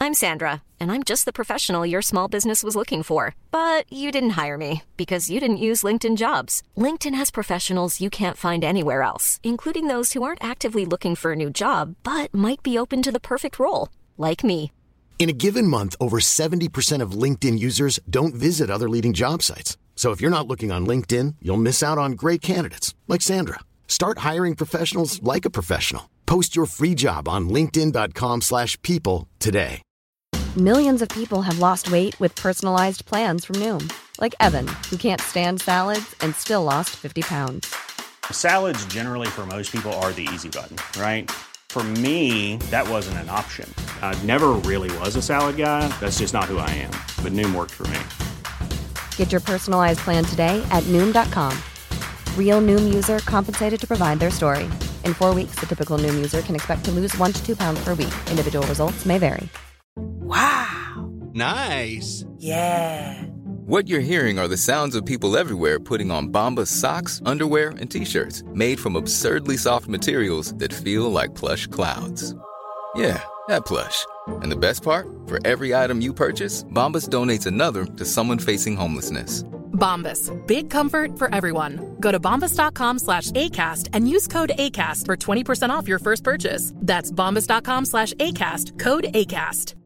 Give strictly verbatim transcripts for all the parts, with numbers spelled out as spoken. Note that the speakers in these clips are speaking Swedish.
I'm Sandra, and I'm just the professional your small business was looking for. But you didn't hire me because you didn't use LinkedIn Jobs. LinkedIn has professionals you can't find anywhere else, including those who aren't actively looking for a new job, but might be open to the perfect role, like me. In a given month, over seventy percent of LinkedIn users don't visit other leading job sites. So if you're not looking on LinkedIn, you'll miss out on great candidates like Sandra. Start hiring professionals like a professional. Post your free job on linkedin dot com slash people today. Millions of people have lost weight with personalized plans from Noom. Like Evan, who can't stand salads and still lost fifty pounds. Salads generally for most people are the easy button, right? For me, that wasn't an option. I never really was a salad guy. That's just not who I am. But Noom worked for me. Get your personalized plan today at Noom dot com. Real Noom user compensated to provide their story. In four weeks, the typical Noom user can expect to lose one to two pounds per week. Individual results may vary. Wow. Nice. Yeah. What you're hearing are the sounds of people everywhere putting on Bombas socks, underwear, and T-shirts made from absurdly soft materials that feel like plush clouds. Yeah, that plush. And the best part? For every item you purchase, Bombas donates another to someone facing homelessness. Bombas. Big comfort for everyone. Go to bombas dot com slash ACAST and use code ACAST for twenty percent off your first purchase. That's bombas dot com slash ACAST. Code ACAST.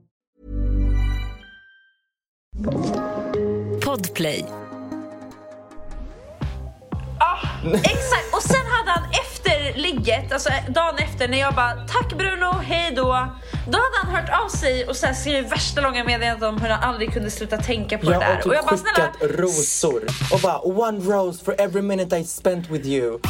Podplay. Ah, exakt. Och sen hade han efter ligget, alltså dagen efter när jag bara tack Bruno, hej då. Då hade han hört av sig och så här skrivit värsta långa meddelanden om hur han aldrig kunde sluta tänka på ja, det där. Och, typ och jag bara skickat snälla rosor. Och bara one rose for every minute I spent with you.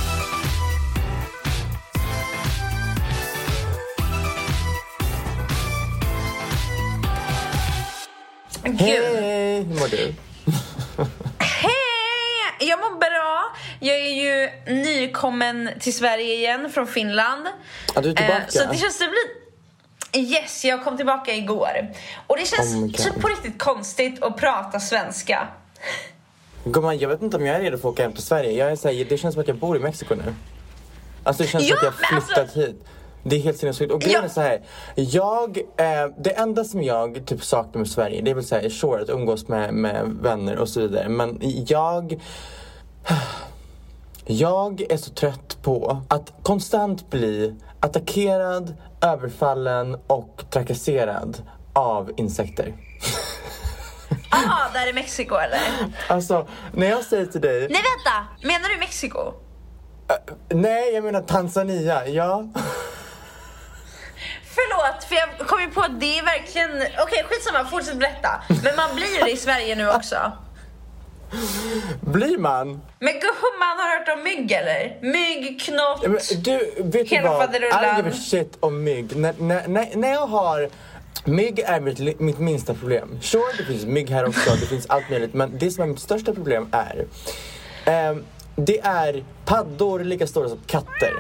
Hej, hur mår du? Hej, jag mår bra. Jag är ju nykommen till Sverige igen från Finland. Ja, du är tillbaka. Eh, så det känns det blir... Yes, jag kom tillbaka igår. Och det känns oh så på riktigt konstigt att prata svenska. Gumman, jag vet inte om jag är redo för att åka hem till Sverige. Jag är så här, det känns som att jag bor i Mexiko nu. Alltså det känns ja, som att jag flyttat alltså... hit. Det är helt sinnessjukt. Och grejen ja. är så här. Jag, eh, det enda som jag typ saknar med Sverige, det är väl så här, sure, att umgås med, med vänner och så vidare. Men jag... Jag är så trött på att konstant bli attackerad, överfallen och trakasserad av insekter. Ah, där är Mexiko eller? Alltså, när jag säger till dig... Nej, vänta! Menar du Mexiko? Uh, nej, jag menar Tanzania, ja. Förlåt, för jag kom ju på att det är verkligen... Okej, okay, skitsamma, fortsätt berätta. Men man blir det i Sverige nu också. Blir man? Men gumman, har hört om mygg eller? Mygg, knott, ja, men du, vet hela vad? faderullan. I give a shit om mygg. När, när, när, när jag har... Mygg är mitt, mitt minsta problem. Sure, det finns mygg här också, det finns allt möjligt. Men det som är mitt största problem är... Eh, det är paddor lika stora som katter.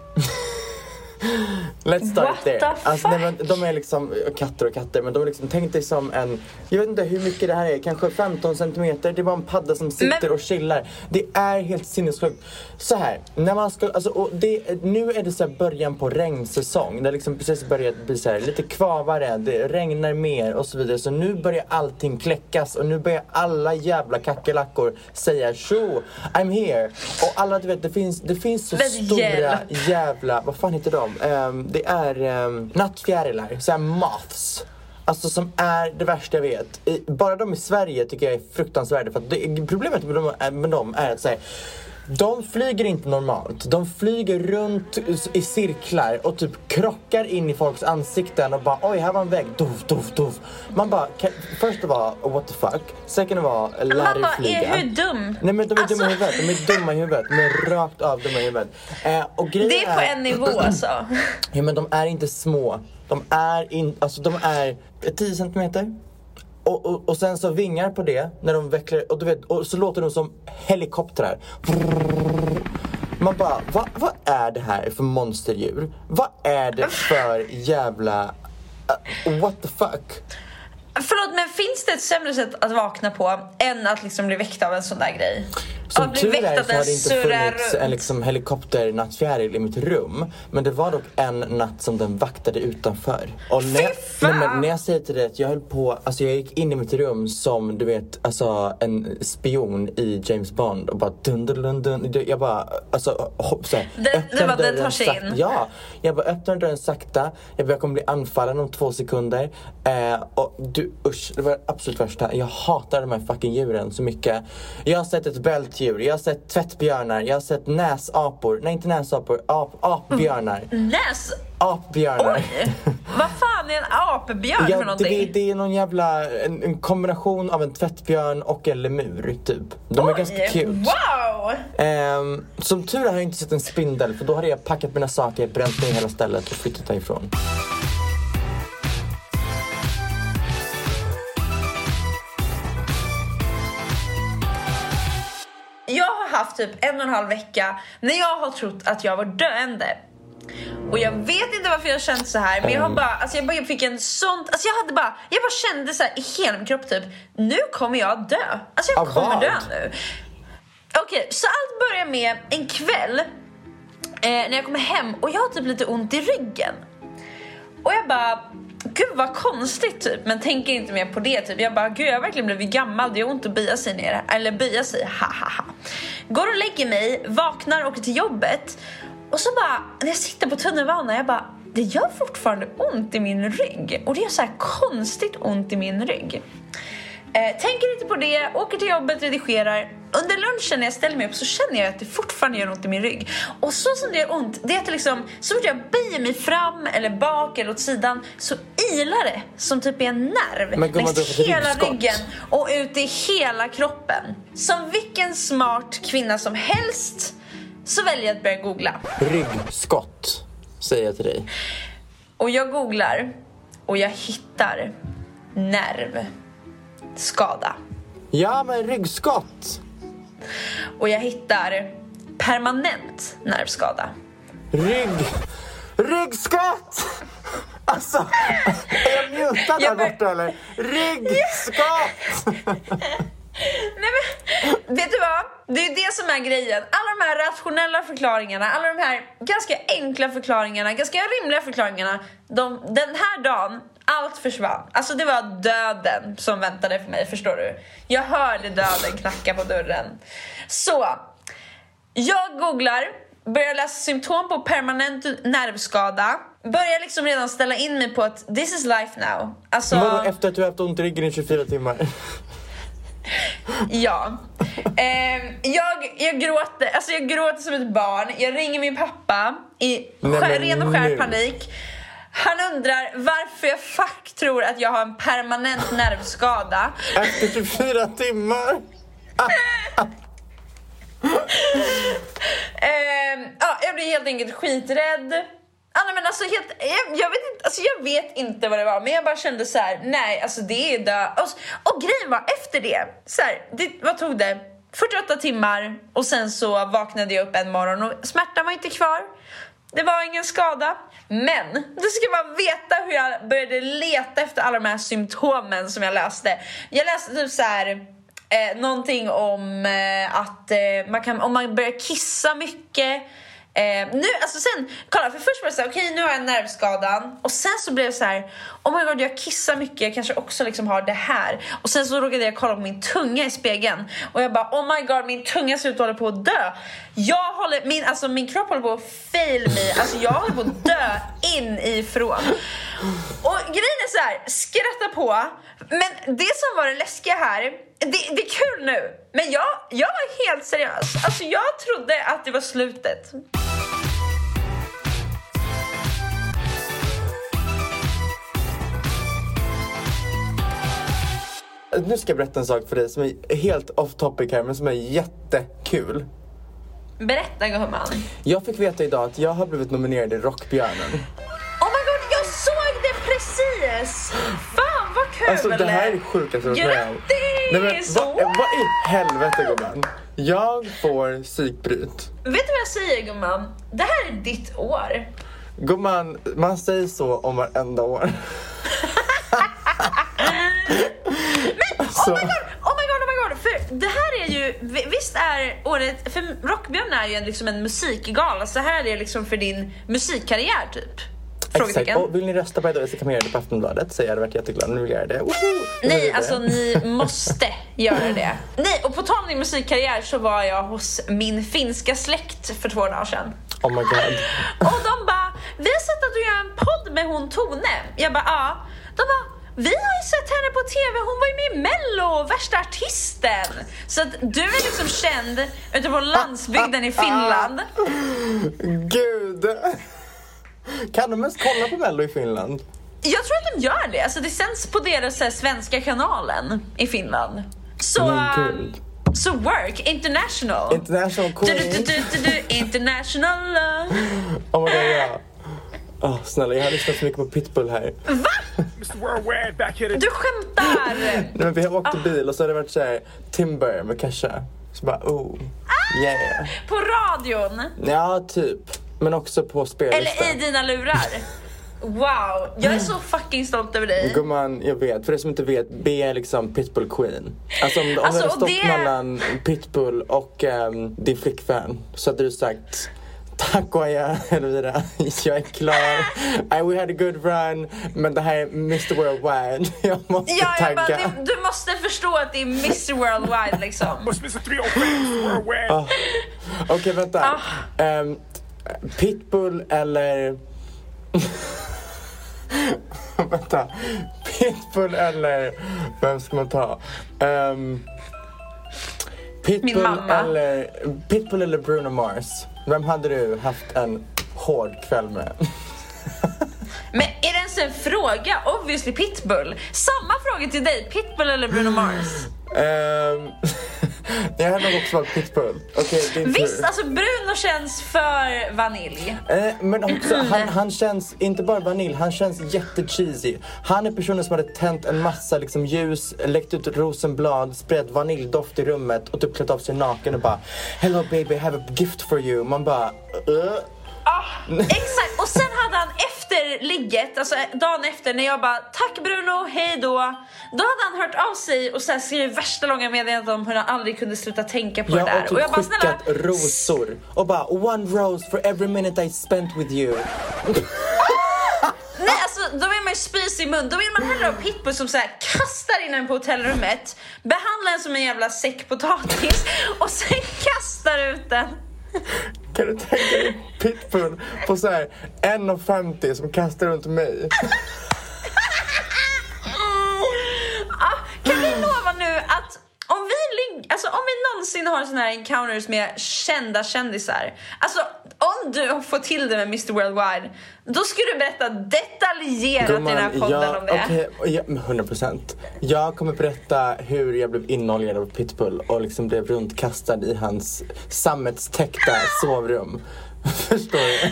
Let's start What there. The alltså, nej, men, de är liksom katter och katter, men de är liksom, tänk dig som en, jag vet inte hur mycket det här är, kanske femton centimeter. Det är bara en padda som sitter men... och chillar. Det är helt sinnessjukt. Så här, när man ska, alltså, och det, nu är det så här början på regnsäsong. Det har liksom precis börjat bli så här, lite kvavare, det regnar mer och så vidare. Så nu börjar allting kläckas och nu börjar alla jävla kackerlackor säga tjo, I'm here. Och alla, du vet, det finns, det finns så men stora jävla, jävla vad fan heter de? Um, det är um, nattfjärilar, så här moths. Alltså som är det värsta jag vet. I, bara de i Sverige tycker jag är fruktansvärda. För att det, problemet med dem, med dem är att säga, de flyger inte normalt. De flyger runt i cirklar och typ krockar in i folks ansikten och bara, oj, här var en vägg. Duff, duff, duff. Man bara, kan, först det var, what the fuck. Second var, lär dig flyga. Man bara, är hur dum? Nej, men de är alltså... dumma i huvudet. De är dumma i huvudet. De är rakt av dumma i huvudet. Eh, och det är på en nivå alltså. Ja, men de är inte små. De är, in, alltså, de är tio centimeter. Och, och, och sen så vingar på det när de vecklar, och du vet, och så låter de som helikoptrar. Man bara, vad, vad är det här för monsterdjur? Vad är det för jävla uh, what the fuck? Förlåt, men finns det ett sämre sätt att vakna på än att liksom bli väckt av en sån där grej? Som tur är så har det inte funnits runt. en liksom helikopternattfjäril i mitt rum. Men det var dock en natt som den vaktade utanför. Och när jag, nej, men när jag säger till dig att jag höll på, alltså jag gick in i mitt rum som du vet, alltså en spion i James Bond och bara dun dun dun, dun. Jag bara, alltså hopp såhär. Det, det var den tar sig in. Ja, jag bara öppnar dörren sakta. Jag bara, jag kommer bli anfallen om två sekunder. Eh, och du, usch, det var absolut värsta. Jag hatar de här fucking djuren så mycket. Jag har sett ett bältdjur, jag har sett tvättbjörnar, jag har sett näsapor. Nej, inte näsapor, ap, apbjörnar. Näs? Apbjörnar. Oj, vad fan är en apbjörn ja, för någonting? Det, det är någon jävla, en, en kombination av en tvättbjörn och en lemur, typ. De Oj, är ganska cute. Wow! Um, som tur har jag inte sett en spindel, för då hade jag packat mina saker, bränt ner hela stället och flyttat därifrån. Jag har haft typ en och en halv vecka när jag har trott att jag var döende. Och jag vet inte varför jag har känt så här, men jag har bara, alltså jag bara fick en sånt, alltså jag hade bara, jag bara kände så här i hela min kropp typ, nu kommer jag dö. Alltså jag kommer Avad. dö nu. Okej, okay, så allt börjar med en kväll eh, när jag kommer hem och jag har typ lite ont i ryggen. Och jag bara, gud vad konstigt typ, men tänker inte mer på det typ. Jag bara, gud jag har verkligen blivit gammal, det är ont att böja sig ner. Eller böja sig, ha ha ha. Går och lägger mig, vaknar och åker till jobbet. Och så bara, när jag sitter på tunnelbanan, jag bara, det gör fortfarande ont i min rygg. Och det är så här konstigt ont i min rygg. Eh, tänker inte på det, åker till jobbet, redigerar. Under lunchen när jag ställer mig upp så känner jag att det fortfarande gör ont i min rygg. Och så som det gör ont, det är att det liksom, så fort jag böjer mig fram eller bak eller åt sidan, så ilar det som typ är en nerv men längs hela ryggen och ut i hela kroppen. Som vilken smart kvinna som helst så väljer jag att börja googla. Ryggskott, säger jag till dig. Och jag googlar och jag hittar nervskada. Ja, men ryggskott. Och jag hittar permanent nervskada. Rygg... Ryggskott! Alltså, är jag mutad där borta eller? Ryggskott! Nej men, vet du vad? Det är det som är grejen. Alla de här rationella förklaringarna, alla de här ganska enkla förklaringarna, ganska rimliga förklaringarna, de, den här dagen, allt försvann. Alltså det var döden som väntade för mig, förstår du? Jag hörde döden knacka på dörren. Så, jag googlar, börjar läsa symptom på permanent nervskada. Börjar liksom redan ställa in mig på att this is life now. Alltså, vadå, efter att du har haft ont i ryggen i tjugofyra timmar? Ja. eh, jag, jag gråter, alltså jag gråter som ett barn. Jag ringer min pappa i skär, ren och skär panik. Han undrar varför jag fuck tror att jag har en permanent nervskada. Efter tjugofyra timmar. eh, ja, jag blir helt enkelt skiträdd. Anna, men alltså helt, jag, jag vet inte, alltså jag vet inte vad det var, men jag bara kände så här: nej, alltså det är dö. Och, och grejen var efter det, så här, det, vad tog det? fyrtioåtta timmar och sen så vaknade jag upp en morgon och smärtan var inte kvar. Det var ingen skada. Men du ska bara veta hur jag började leta efter alla de här symptomen som jag läste. Jag läste typ så här eh, någonting om eh, att eh, man kan, om man börjar kissa mycket. Eh, nu, alltså sen, kolla, för först var det så här, okej, okay, nu har jag nervskadan. Och sen så blev det så här, oh my god, jag kissar mycket, jag kanske också liksom har det här. Och sen så råkade jag kolla på min tunga i spegeln. Och jag bara, oh my god, min tunga ser ut att hålla på att dö. Jag håller, min, alltså min kropp håller på att fail me. Alltså jag håller på att dö in ifrån. Och grejen är så här, skratta på. Men det som var det läskiga här, det, det är kul nu. Men jag, jag var helt seriös. Alltså jag trodde att det var slutet. Nu ska jag berätta en sak för dig som är helt off topic här, men som är jättekul. Berätta, gumman. Jag fick veta idag att jag har blivit nominerad i Rockbjörnen. Oh my god, jag såg det precis. Fan, vad kul. Alltså det här är sjukt. Alltså, grattis! Nej, men, vad, vad i helvete, gumman? Jag får psykbryt. Vet du vad jag säger, gumman? Det här är ditt år. Gumman, man säger så om varenda år. Men oh my god, oh my god, oh my god. För det här är ju, visst visst är året, för Rockbjörn är ju en, liksom en musikgala, så här är det liksom för din musikkarriär typ. Exakt, och vill ni rösta på det så kan man göra det på Aftonbladet, så jag hade varit jätteglad om ni vill göra det. Woho! Nej, alltså ni måste göra det. Nej, och på tal om din musikkarriär så var jag hos min finska släkt för två dagar sedan. Oh my god. Och de bara, vi har sett att du gör en podd med hon Tone. Jag bara, ja. De bara, vi har ju sett henne på tv, hon var ju med i Mello, värsta artisten. Så att du är liksom känd ute på landsbygden i Finland. Gud. Kan de ens kolla på Mello i Finland? Jag tror att de gör det. Alltså det sänds på deras här, svenska kanalen i Finland. Så um, så work international. International queen. Du, du, du, du, du, international. Oh my god, ja. Oh, snälla, jag har lyssnat så mycket på Pitbull här. Va? Du skämtar. Nej, men vi har åkt i bil och så har det varit så här Timber med Kesha. Så bara, oh, yeah. På radion? Ja, typ. Men också på spellistan. Eller i dina lurar. Wow, jag är så fucking stolt över dig. Gumman, jag vet. För det som inte vet, B är liksom Pitbull Queen. Alltså om, om alltså, det hade stått det... mellan Pitbull och um, din flickvän, så hade du sagt, tack och jag, Elvira, jag är klar. I, we had a good run, men det här är mister Worldwide. Jag måste ja, jag tagga. bara, du, du måste förstå att det är mister Worldwide liksom. oh. Okej, okay, vänta. Oh. Um, Pitbull eller... vänta. Pitbull eller... Vem ska man ta? Um, Pitbull eller... Pitbull eller Bruno Mars? Vem hade du haft en hård kväll med? Men är det ens en fråga? Obviously Pitbull. Samma fråga till dig. Pitbull eller Bruno Mars? Um, jag hade nog också varit Pitbull. Okay, visst, alltså Bruno känns för vanilj. uh, Men också, han, han känns inte bara vanilj. Han känns jättecheesy. Han är personen som hade tänt en massa liksom, ljus, läckt ut rosenblad, spred vaniljdoft i rummet och typ klätt av sig naken och bara, hello baby, I have a gift for you. Man bara uh. ah, exakt, och sen hade han efter ligget, alltså dagen efter när jag bara, tack Bruno, hej då. Då hade han hört av sig och så här skrivit värsta långa meddelanden om hur han aldrig kunde sluta tänka på ja, det där. och, typ och jag bara, skickat snälla rosor och bara, one rose for every minute I spent with you. Nej, alltså då vill man ju spis i mun. Då vill man hellre ha Pitbull som så här kastar in en på hotellrummet, behandlar en som en jävla säck potatis och sen kastar ut den. Kan du tänka dig Pitbull på så här en femtio som kastar runt mig? ah, kan vi lova nu att om vi, alltså, om vi någonsin har såna här encounters med kända kändisar, alltså om du får till det med mister Worldwide, då ska du berätta detaljerat Gumman, i den här podden ja, om det. Okay, ja, hundra procent. Jag kommer berätta hur jag blev inoljad av Pitbull och liksom blev runtkastad i hans sammetstäckta sovrum. Förstår du?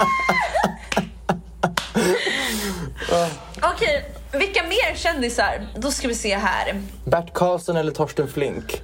oh. Okej, okay, vilka mer kändisar? Då ska vi se här. Bert Karlsson eller Torsten Flink?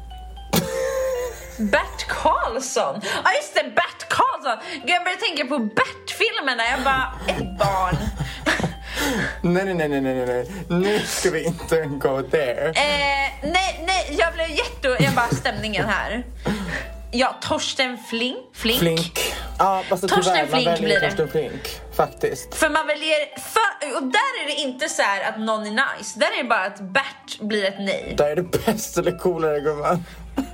Bert Karlsson? Ja ah, just det, Bert Karlsson. Jag började tänka på Bert-filmerna. Jag bara, ett barn. nej, nej, nej, nej, nej, nej. Nu ska vi inte go there. Eh, nej, nej, jag blev jätte... Jag bara, stämningen här. Ja, Torsten Flink. Flink. Flink. Ja, alltså Torsten tyvärr, Flink man väljer blir det. Torsten Flink, faktiskt. För man väljer... För, och där är det inte så här att någon är nice. Där är det bara att Bert blir ett nej. Där är det bäst eller coolare, gumman.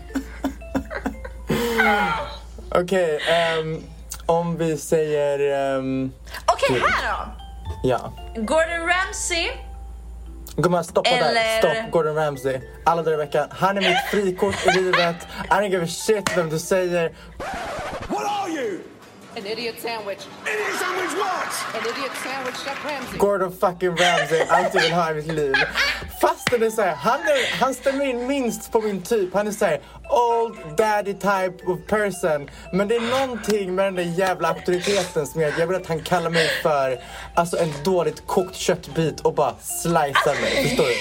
Okej, okay, um, om vi säger... Um, Okej, okay, här då. Ja. Gordon Ramsay. Gumman, stoppa eller... där. Stopp, Gordon Ramsay. Alla dagar i veckan. Han är mitt frikort i livet. I don't give a shit vem du säger. What are you? An idiot sandwich. Idiot sandwich what? An idiot sandwich, Chef Ramsay. Gordon fucking Ramsay. Allt jag vill ha i mitt liv. Fast det är så här, han, är, han stämmer in minst på min typ. Han är så här, old daddy type of person. Men det är någonting med den där jävla auktoriteten som gör att jag vill att han kallar mig för alltså en dåligt kokt köttbit och bara slicear mig. Förstår du?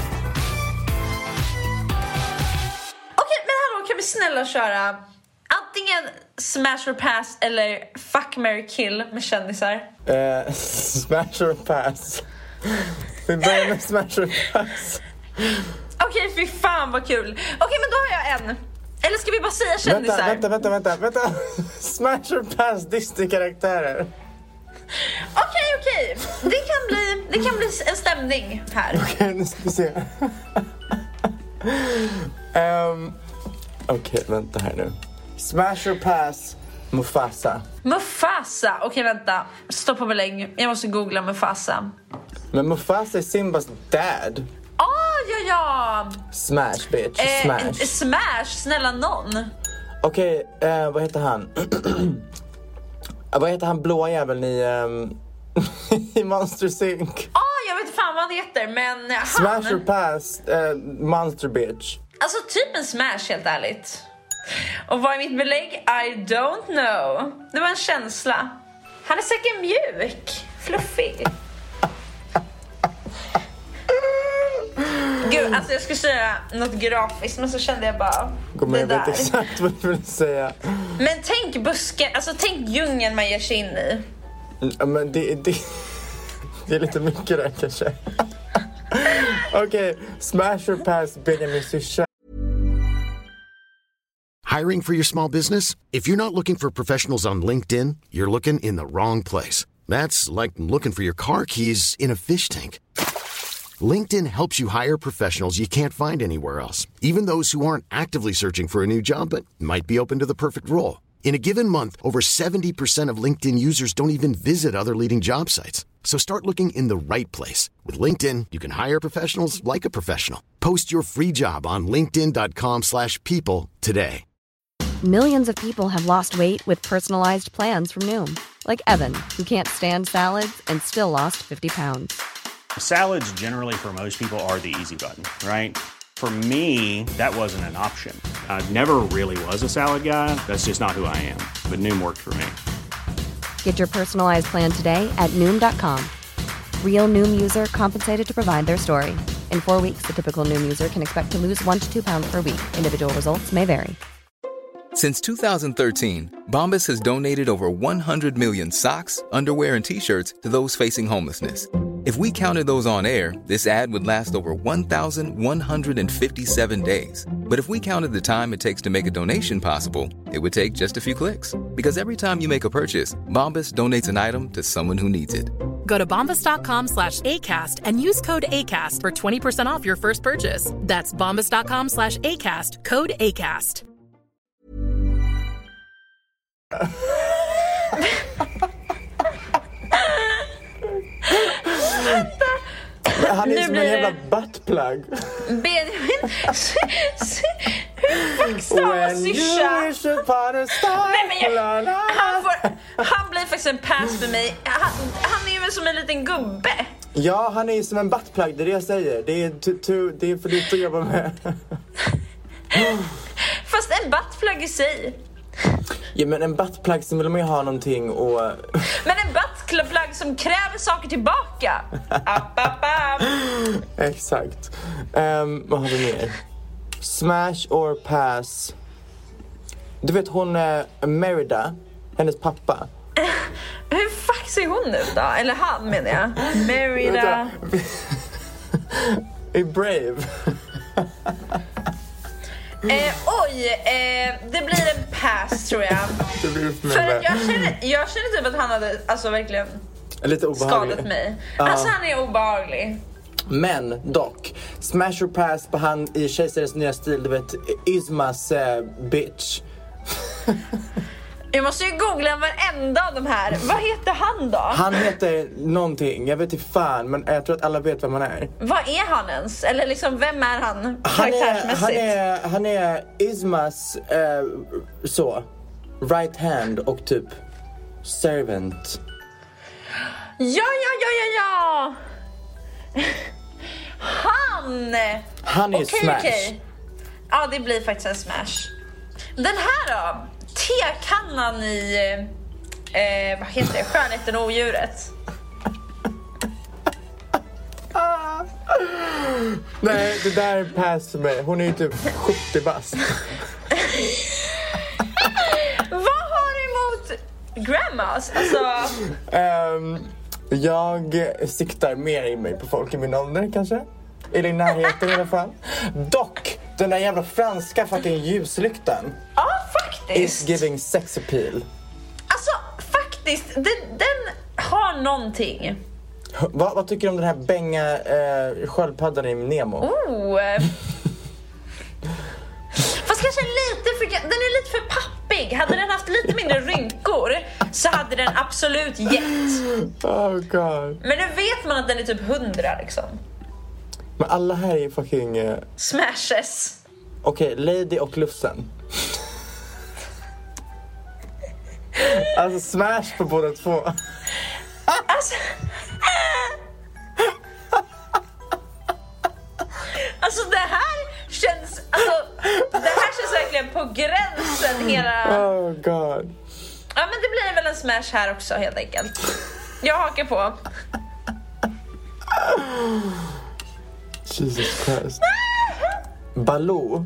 Snälla köra. antingen smash or pass eller fuck, marry, kill med kändisar. Uh, smash or pass. Vi börjar med smash or pass. Okej, okay, fy fan vad kul. Okej, okay, men då har jag en. Eller ska vi bara säga kändisar? Vänta, vänta, vänta, vänta, vänta. Smash or pass Disney-karaktärer. Okej, okej. Det kan bli, det kan bli en stämning här. Okej, okay, nu ska vi se. um, Okej, okay, vänta här nu. Smash or pass Mufasa. Mufasa, okej okay, vänta. Stopp på belägg, jag måste googla Mufasa. Men Mufasa är Simbas dad. Ah, ja, ja. Smash, bitch, eh, smash. Smash, snälla någon. Okej, okay, uh, vad heter han? Vad heter han blåa jäveln i, um, i Monsters Incorporated? Ah, jag vet inte fan vad han heter, men han... Smash or pass uh, Monster bitch. Alltså typ en smash, helt ärligt. Och vad är mitt belägg? I don't know. Det var en känsla. Han är säkert mjuk, fluffig. Gud, alltså jag skulle säga något grafiskt, men så kände jag bara Kom det jag där. vet exakt vad du vill säga. Men tänk busken, alltså tänk djungeln man ger sig in i. Ja, men det, det, det är lite mycket där kanske. Okej, okay, smash or pass Benjamin Syscha. Hiring for your small business? If you're not looking for professionals on LinkedIn, you're looking in the wrong place. That's like looking for your car keys in a fish tank. LinkedIn helps you hire professionals you can't find anywhere else, even those who aren't actively searching for a new job but might be open to the perfect role. In a given month, over seventy percent of LinkedIn users don't even visit other leading job sites. So start looking in the right place. With LinkedIn, you can hire professionals like a professional. Post your free job on linkedin dot com slash people today. Millions of people have lost weight with personalized plans from Noom. Like Evan, who can't stand salads and still lost fifty pounds. Salads generally for most people are the easy button, right? For me, that wasn't an option. I never really was a salad guy. That's just not who I am. But Noom worked for me. Get your personalized plan today at Noom dot com. Real Noom user compensated to provide their story. In four weeks, the typical Noom user can expect to lose one to two pounds per week. Individual results may vary. Since two thousand thirteen, Bombas has donated over one hundred million socks, underwear, and T-shirts to those facing homelessness. If we counted those on air, this ad would last over one thousand one hundred fifty-seven days. But if we counted the time it takes to make a donation possible, it would take just a few clicks. Because every time you make a purchase, Bombas donates an item to someone who needs it. Go to bombas dot com slash ACAST and use code ACAST for twenty percent off your first purchase. That's bombas dot com slash ACAST, code ACAST. Han är nu som en jävla buttplug. Benjamin, hur fuck stavas Syscha? Han, han blir faktiskt en pass med mig. Han, han är ju som en liten gubbe. Ja, han är som en buttplug, det är det jag säger. Det är, to, to, det är för lite att jobba med. Fast en buttplug i sig. Ja, men en buttplug som vill man ju ha någonting och... Men en buttplug som kräver saker tillbaka. App, app, app. Exakt. Um, vad har vi mer? Smash or pass. Du vet hon uh, Merida, hennes pappa. Hur fuck ser hon ut då? Eller han menar jag. Merida. I Brave. Eh, oj, eh, det blir en pass tror jag. Det blir för att jag känner, jag känner typ att han hade alltså verkligen lite skadat mig. Ja. Alltså han är obehaglig. Men dock, smash or pass på han i Kejsarens nya stil, du vet, Ismas uh, bitch. Jag måste ju googla varenda av de här. Vad heter han då? Han heter någonting, jag vet inte fan, men jag tror att alla vet vem han är. Vad är han ens? Eller liksom, vem är han Han är, karaktärsmässigt? han är, han är Ismas uh, så, right hand och typ servant. Ja, ja, ja, ja, ja. Han! Han är okay, smash. Okay. Ja, det blir faktiskt en smash. Den här då? Tekannan i eh, vad heter det? Skönheten och odjuret. Nej, det där är pass för mig. Hon är ju typ sjuttio bast. grandmas. Alltså... Um, jag siktar mer in mig på folk i min ålder kanske. Eller i närheten i alla fall. Dock, den där jävla franska fucking ljuslyktan. Ja, faktiskt. Is giving sex appeal. Alltså, faktiskt. Den, den har någonting. Va, vad tycker du om den här bänga eh, sköldpaddan i Nemo? Oh. Fast kanske lite för... Den är lite för pappig. Hade den haft lite mindre rynkor så hade den absolut gett. Oh god. Men nu vet man att den är typ hundra liksom. Men alla här är fucking... Uh... Smashes. Okej, okay, Lady och Lufsen. Alltså smash på båda två. Alltså... Alltså det här känns... Alltså, det här känns verkligen på gränsen hela... Oh god. Ja, men det blir väl en smash här också helt enkelt. Jag hakar på. Jesus Christ. Baloo.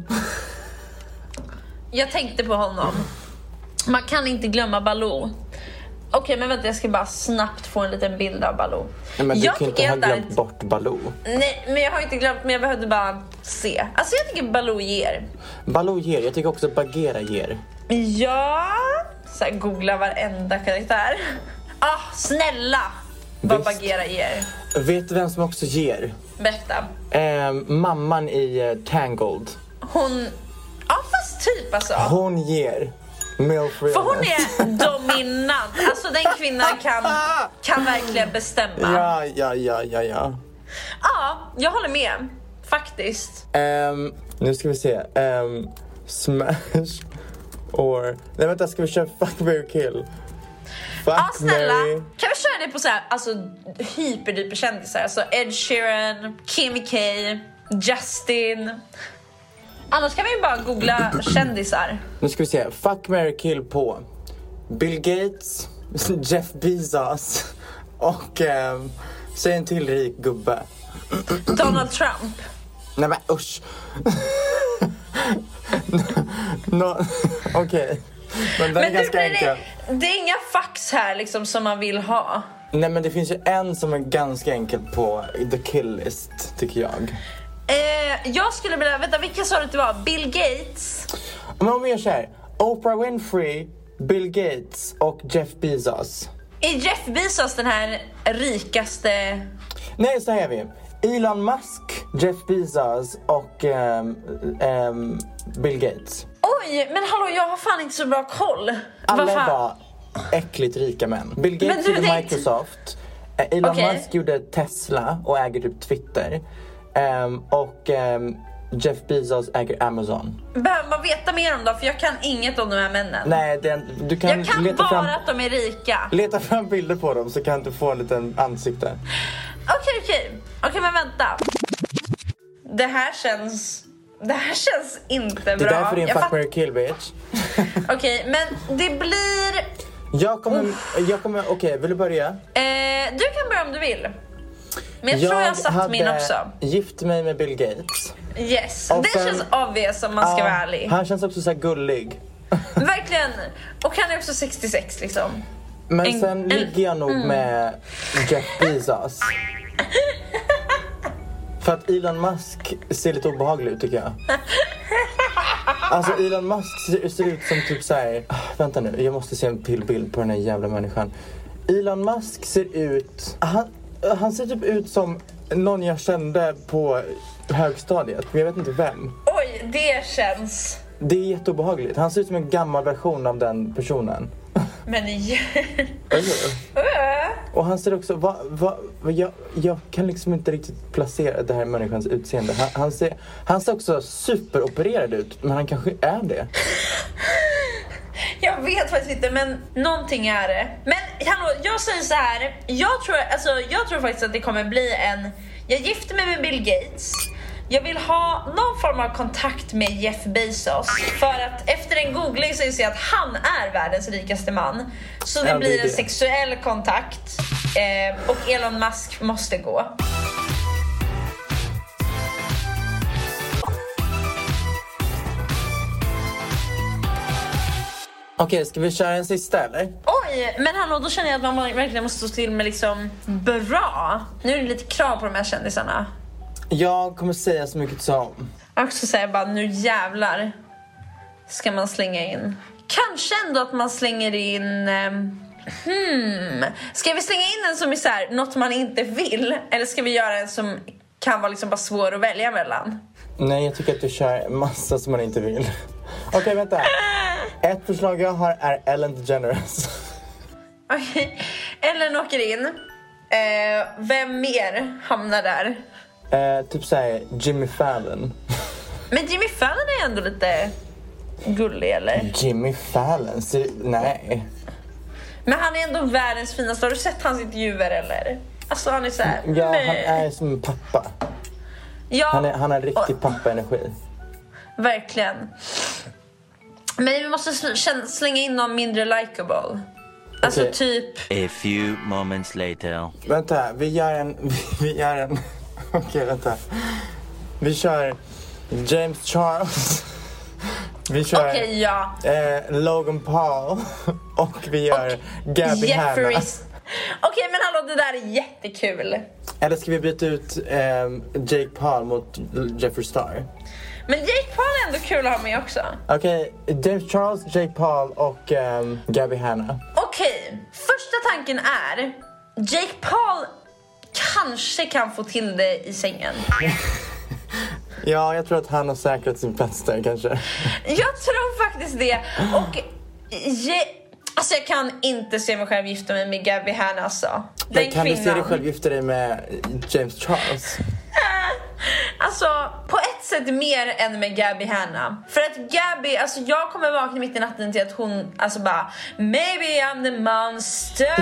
Jag tänkte på honom. Man kan inte glömma Baloo. Okej, okay, men vänta, jag ska bara snabbt få en liten bild av Baloo. Nej, men du jag kan inte ha glömt ett... bort Baloo. Nej, men jag har inte glömt, men jag behövde bara se. Alltså jag tycker Baloo ger. Baloo ger, jag tycker också Bagheera ger. Ja, så här, googla varenda karaktär. Ah, snälla. Vad Bagheera ger. Vet du vem som också ger? Berätta. Eh, mamman i uh, Tangled. Hon... Ja, fast typ alltså. Hon ger. För hon är dominant. Alltså den kvinnan kan, kan verkligen bestämma. Ja, ja, ja, ja, ja. Ja, jag håller med. Faktiskt. Um, nu ska vi se. Um, smash or... Nej, vänta, ska vi köra fuck, marry, kill? Fuck, ja, snälla. Mary. Kan vi köra det på så här, alltså hyperdyper kändisar? Alltså Ed Sheeran, Kim K, Justin... Annars kan vi ju bara googla kändisar. Nu ska vi se. Fuck, marry, kill på Bill Gates, Jeff Bezos och um, säg en till rik gubbe. Donald Trump. Nej men usch. no, Okej okay. Men den är ganska enkel. Det, det är inga fax här liksom som man vill ha. Nej, men det finns ju en som är ganska enkel på the kill list, tycker jag. Eh, jag skulle vilja, vänta, vilka sa du att det var? Bill Gates? Men om vi gör så här, Oprah Winfrey, Bill Gates och Jeff Bezos. Är Jeff Bezos den här rikaste? Nej, så här är vi. Elon Musk, Jeff Bezos och um, um, Bill Gates. Oj, men hallå, jag har fan inte så bra koll. Alla är bara äckligt rika män. Bill Gates gjorde tänkte... Microsoft. Elon okay. Musk gjorde Tesla och äger typ Twitter. Um, och um, Jeff Bezos äger Amazon. Behöver man veta mer om dem? För jag kan inget om de här männen. Nej, det, du kan jag kan leta bara fram, att de är rika. Leta fram bilder på dem så kan du få en liten ansikte. Okej, okej. Okej, men vänta. Det här känns... Det här känns inte bra. Det är därför det är en fuck, marry, kill, bitch. Okej, okay, men det blir... Jag kommer... Jag kommer Okej, okay, vill du börja? Eh, du kan börja om du vill. Men jag, jag tror jag har satt min också. Jag gift mig med Bill Gates. Yes, och det sen, känns obvious om man ska uh, vara ärlig. Han känns också så här gullig. Verkligen. Och han är också sextiosex liksom. Men en, sen en, ligger jag nog mm. med Jeff Bezos. För att Elon Musk ser lite obehaglig ut, tycker jag. Alltså Elon Musk ser, ser ut som typ så här. Vänta nu, jag måste se en till bild på den här jävla människan. Elon Musk ser ut... Han, han ser typ ut som någon jag kände på högstadiet. Men jag vet inte vem. Oj, det känns... Det är jätteobehagligt. Han ser ut som en gammal version av den personen. Men ja. Och han ser också va, va, va, jag, jag kan liksom inte riktigt placera det här människans utseende. Han, han, ser, han ser också superopererad ut. Men han kanske är det. Jag vet faktiskt inte, men någonting är det. Men hallå, jag säger så här. Jag tror, alltså, jag tror faktiskt att det kommer bli en... Jag gifter mig med Bill Gates. Jag vill ha någon form av kontakt med Jeff Bezos. För att efter en googling så ser jag att han är världens rikaste man. Så det ja, blir det en sexuell kontakt. eh, Och Elon Musk måste gå. Okej, ska vi köra en sista eller? Oj, Oj, men hallå, då känner jag att man verkligen måste stå till med liksom bra. Nu är det lite krav på de här kändisarna. Jag kommer säga så mycket som. Jag också säger bara, nu jävlar ska man slänga in. Kanske ändå att man slänger in... Um, hmm. Ska vi slänga in en som är så här, något man inte vill? Eller ska vi göra en som kan vara liksom bara svår att välja mellan? Nej, jag tycker att du kör massa som man inte vill. Okej, okay, vänta. Ett förslag jag har är Ellen DeGeneres. Okej, okay. Ellen åker in. Eh, vem mer hamnar där? Eh, typ såhär Jimmy Fallon. Men Jimmy Fallon är ändå lite gullig, eller? Jimmy Fallon? Så, nej. Men han är ändå världens finaste. Har du sett hans intervjuer, eller? Alltså han är så här. Ja, nej. Han är som en pappa. Ja. Han, är, han har riktig pappa-energi. Verkligen. Men vi måste slänga in någon mindre likable. Alltså okay. Typ A few moments later. Vänta, vi gör en Vi, vi gör en Okej, okay, vänta. Vi kör James Charles. Vi kör okay, ja. eh, Logan Paul. Och vi gör och Gabby Hanna. Okej, okay, men hallå, det där är jättekul. Eller ska vi byta ut eh, Jake Paul mot Jeffree Star? Men Jake Paul är ändå kul att ha med också. Okej, okay, James Charles, Jake Paul och um, Gabby Hanna. Okej, okay. Första tanken är Jake Paul kanske kan få till det i sängen. Ja, jag tror att han har säkrat sin plats där kanske. Jag tror faktiskt det. Och je, alltså jag kan inte se mig själv gifta mig med Gabby Hanna alltså. Den kan kvinnan. Du se dig själv gifta dig med James Charles? Alltså, på ett sätt mer än med Gabby Hanna. För att Gabby, alltså jag kommer vakna mitt i natten till att hon, alltså bara maybe I'm the monster.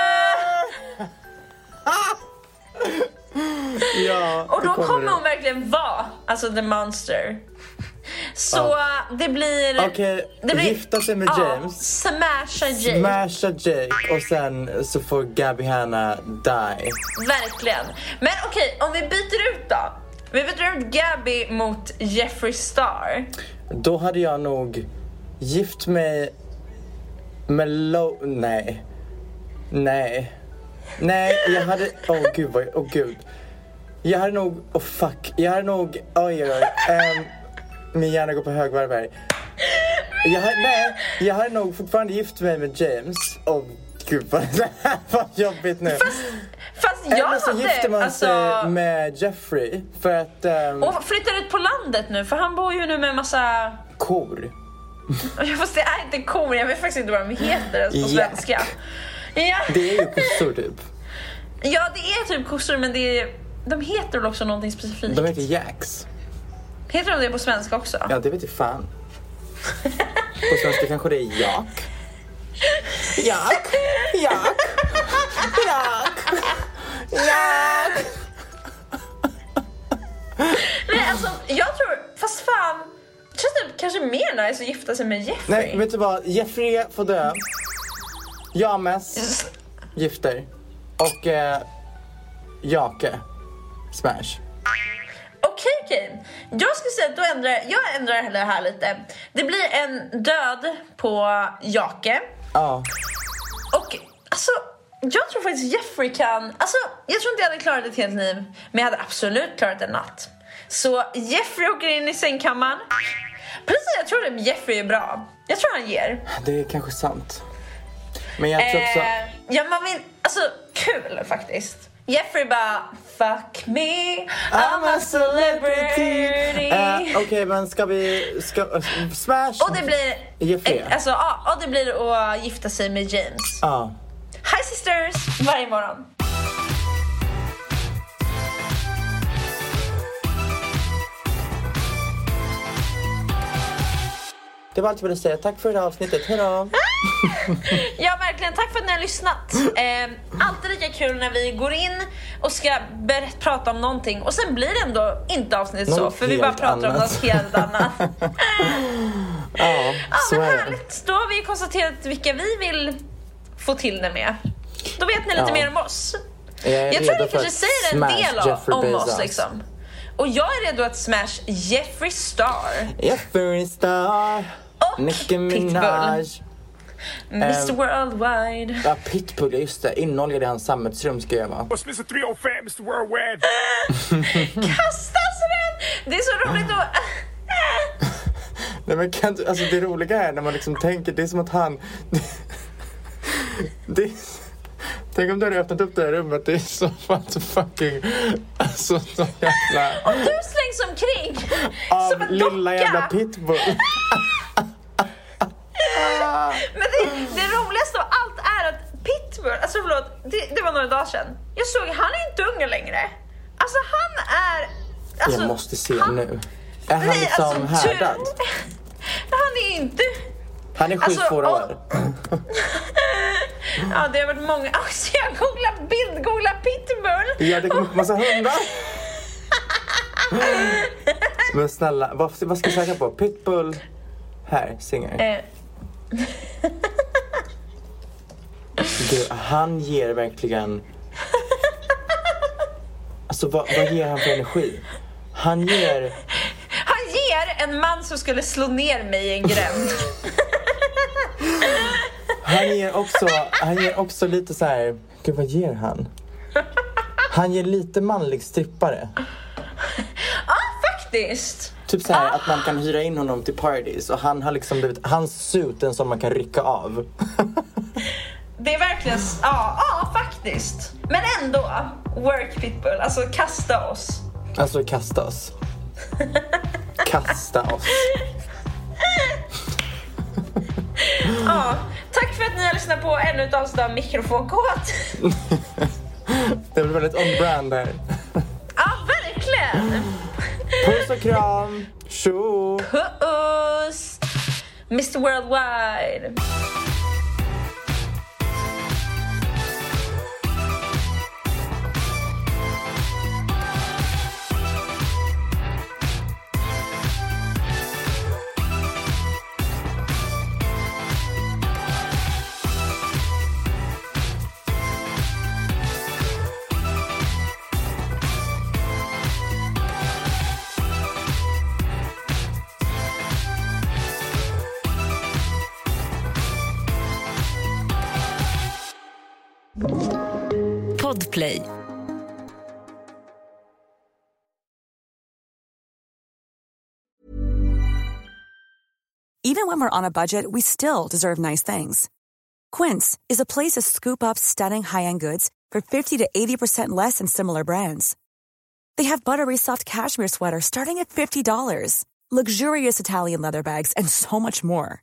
Ja, och då kommer, kommer hon verkligen vara, alltså the monster. Så ja. det blir Okej, okay, gifta sig med ja, James. Smasha Jake Smasha Jake. Och sen så får Gabby Hanna die. Verkligen. Men okej, okay, om vi byter ut då. Vi byter ut Gabby mot Jeffree Star. Då hade jag nog gift mig med Lo... Nej. Nej. Nej, jag hade... Åh oh, gud, vad... Åh oh, gud. Jag hade nog... Åh oh, fuck. Jag hade nog... Oj, oj, oj. Um, min hjärna går på högvarv här. Jag hade, nej, jag hade nog fortfarande gift mig med James. Åh oh, gud, vad det här var jobbigt nu. Fast, fast jag Eller så hade, gifter man alltså... sig med Jeffrey. För att... Um... Och flyttar ut på landet nu, för han bor ju nu med en massa... Kor. Fast det är inte kor, jag vet faktiskt inte vad de heter alltså, på Jack. svenska. Ja. Det är ju kossor typ. Ja, det är typ kossor, men det är... de heter väl också någonting specifikt. De heter jacks. Heter de det på svenska också? Ja, det vet jag fan. På svenska kanske det är jak. Jak. Jak. Jak. Jak. Nej, alltså, jag tror... Fast fan... Det känns typ kanske mer nice att gifta sig med Jeffrey. Nej, vet du vad? Jeffrey får dö. Jag mest gifter. Och eh, Jake Smash. Okej, okej. Jag skulle säga att då ändrar jag ändrar det här lite. Det blir en död på Jake. Ja. Och alltså, jag tror faktiskt Jeffrey kan... Alltså, jag tror inte jag hade klarat ett helt liv, men jag hade absolut klarat en natt. Så Jeffrey åker in i sängkammaren. Precis, jag tror att Jeffrey är bra. Jag tror han ger. Det är kanske sant. Men jag tror också... Eh, ja, man vill... Alltså, kul faktiskt. Jeffrey bara, fuck me, I'm a celebrity. Uh, Okej, okay, men ska vi... Ska, uh, smash? Och det blir... Jeffrey. Alltså, ja, och det blir att gifta sig med James. Ja. Uh. Hi sisters, varje morgon. Det var allt jag ville säga. Tack för det här avsnittet. Hej då! Ja, verkligen. Tack för att ni har lyssnat. Eh, alltid lika kul när vi går in och ska berätt, prata om någonting. Och sen blir det ändå inte avsnittet så. För vi bara pratar annat. om något helt annat. Ja, så ja, men är härligt. Då har vi konstaterat vilka vi vill få till det med. Då vet ni lite ja. mer om oss. Jag, jag tror vi kanske säger en del av, om Bezos. oss liksom. Och jag är redo att smash Jeffree Star. Jeffree Star. Och Nicki Minaj. mister Worldwide. Ja, Pitbull, just det. Inolgad i hans sammetsrum ska jag vara. What's mister three oh five, mister Worldwide? Kastas den! Det är så roligt att... Nej men kan du, alltså det roliga är när man liksom tänker, det är som att han... Det, det, tänk om du hade öppnat upp det här rummet, det är så fucking... Alltså så jävla... Och du slängs omkring! Av som en lilla docka. jävla Pitbull. Men det, det roligaste av allt är att Pitbull, alltså förlåt, det, det var några dagar sedan. Jag såg, han är inte ung längre. Alltså han är... Alltså, jag måste se han, nu. Är han nej, liksom alltså, härdad? Du, han är inte... Han är sju alltså, två år. Ja, det har varit många... Alltså, jag googlar bild, googlar Pitbull. Ja, det kommer upp massa hundar. Men snälla, vad, vad ska jag söka på? Pitbull... Här, singer. Eh. Du, han ger verkligen... Alltså vad, vad ger han för energi? Han ger... Han ger en man som skulle slå ner mig i en gränd. Han ger också, han ger också lite så här... Gud, vad ger han? Han ger lite manlig strippare. Ja, faktiskt. Typ så här ah. att man kan hyra in honom till parties. Och han har liksom blivit... Hans suit en som man kan rycka av. Det är verkligen... Ja, ja, faktiskt. Men ändå, work Pitbull. Alltså, kasta oss. Alltså, kasta oss. Kasta oss. Ja, tack för att ni har lyssnat på ännu ett avsnitt av Mikrofonkåt. Det blir väldigt on-brand där. Ja, verkligen. Puss och kram. Tjo. Puss. mister Worldwide. Podplay. Even when we're on a budget, we still deserve nice things. Quince is a place to scoop up stunning high-end goods for fifty to eighty percent less than similar brands. They have buttery soft cashmere sweaters starting at fifty dollars, luxurious Italian leather bags, and so much more.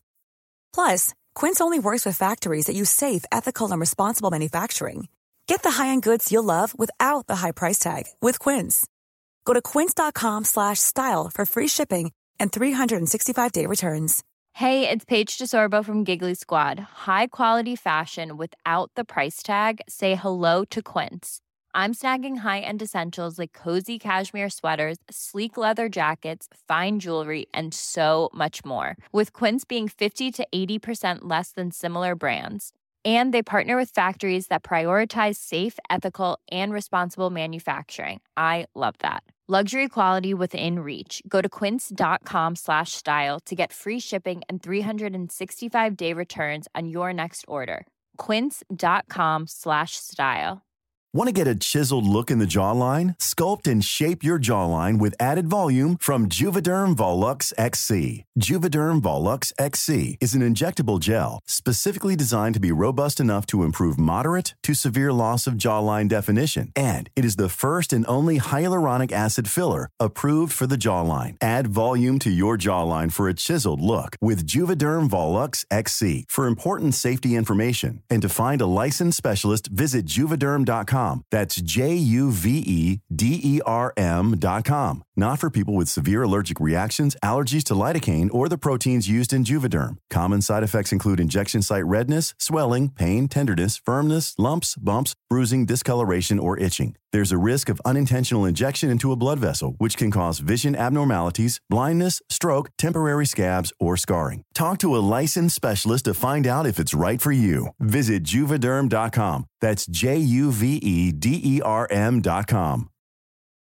Plus, Quince only works with factories that use safe, ethical, and responsible manufacturing. Get the high-end goods you'll love without the high price tag with Quince. Go to quince.com slash style for free shipping and three sixty-five day returns. Hey, it's Paige DeSorbo from Giggly Squad. High quality fashion without the price tag. Say hello to Quince. I'm snagging high-end essentials like cozy cashmere sweaters, sleek leather jackets, fine jewelry, and so much more. With Quince being fifty to eighty percent less than similar brands. And they partner with factories that prioritize safe, ethical, and responsible manufacturing. I love that. Luxury quality within reach. Go to quince.com slash style to get free shipping and three sixty-five day returns on your next order. Quince.com slash style. Want to get a chiseled look in the jawline? Sculpt and shape your jawline with added volume from Juvederm Volux X C. Juvederm Volux X C is an injectable gel specifically designed to be robust enough to improve moderate to severe loss of jawline definition. And it is the first and only hyaluronic acid filler approved for the jawline. Add volume to your jawline for a chiseled look with Juvederm Volux X C. For important safety information and to find a licensed specialist, visit juvederm dot com. That's J U V E D E R M dot com. Not for people with severe allergic reactions, allergies to lidocaine, or the proteins used in Juvederm. Common side effects include injection site redness, swelling, pain, tenderness, firmness, lumps, bumps, bruising, discoloration, or itching. There's a risk of unintentional injection into a blood vessel, which can cause vision abnormalities, blindness, stroke, temporary scabs, or scarring. Talk to a licensed specialist to find out if it's right for you. Visit juvederm dot com. That's J U V E D E R M dot com.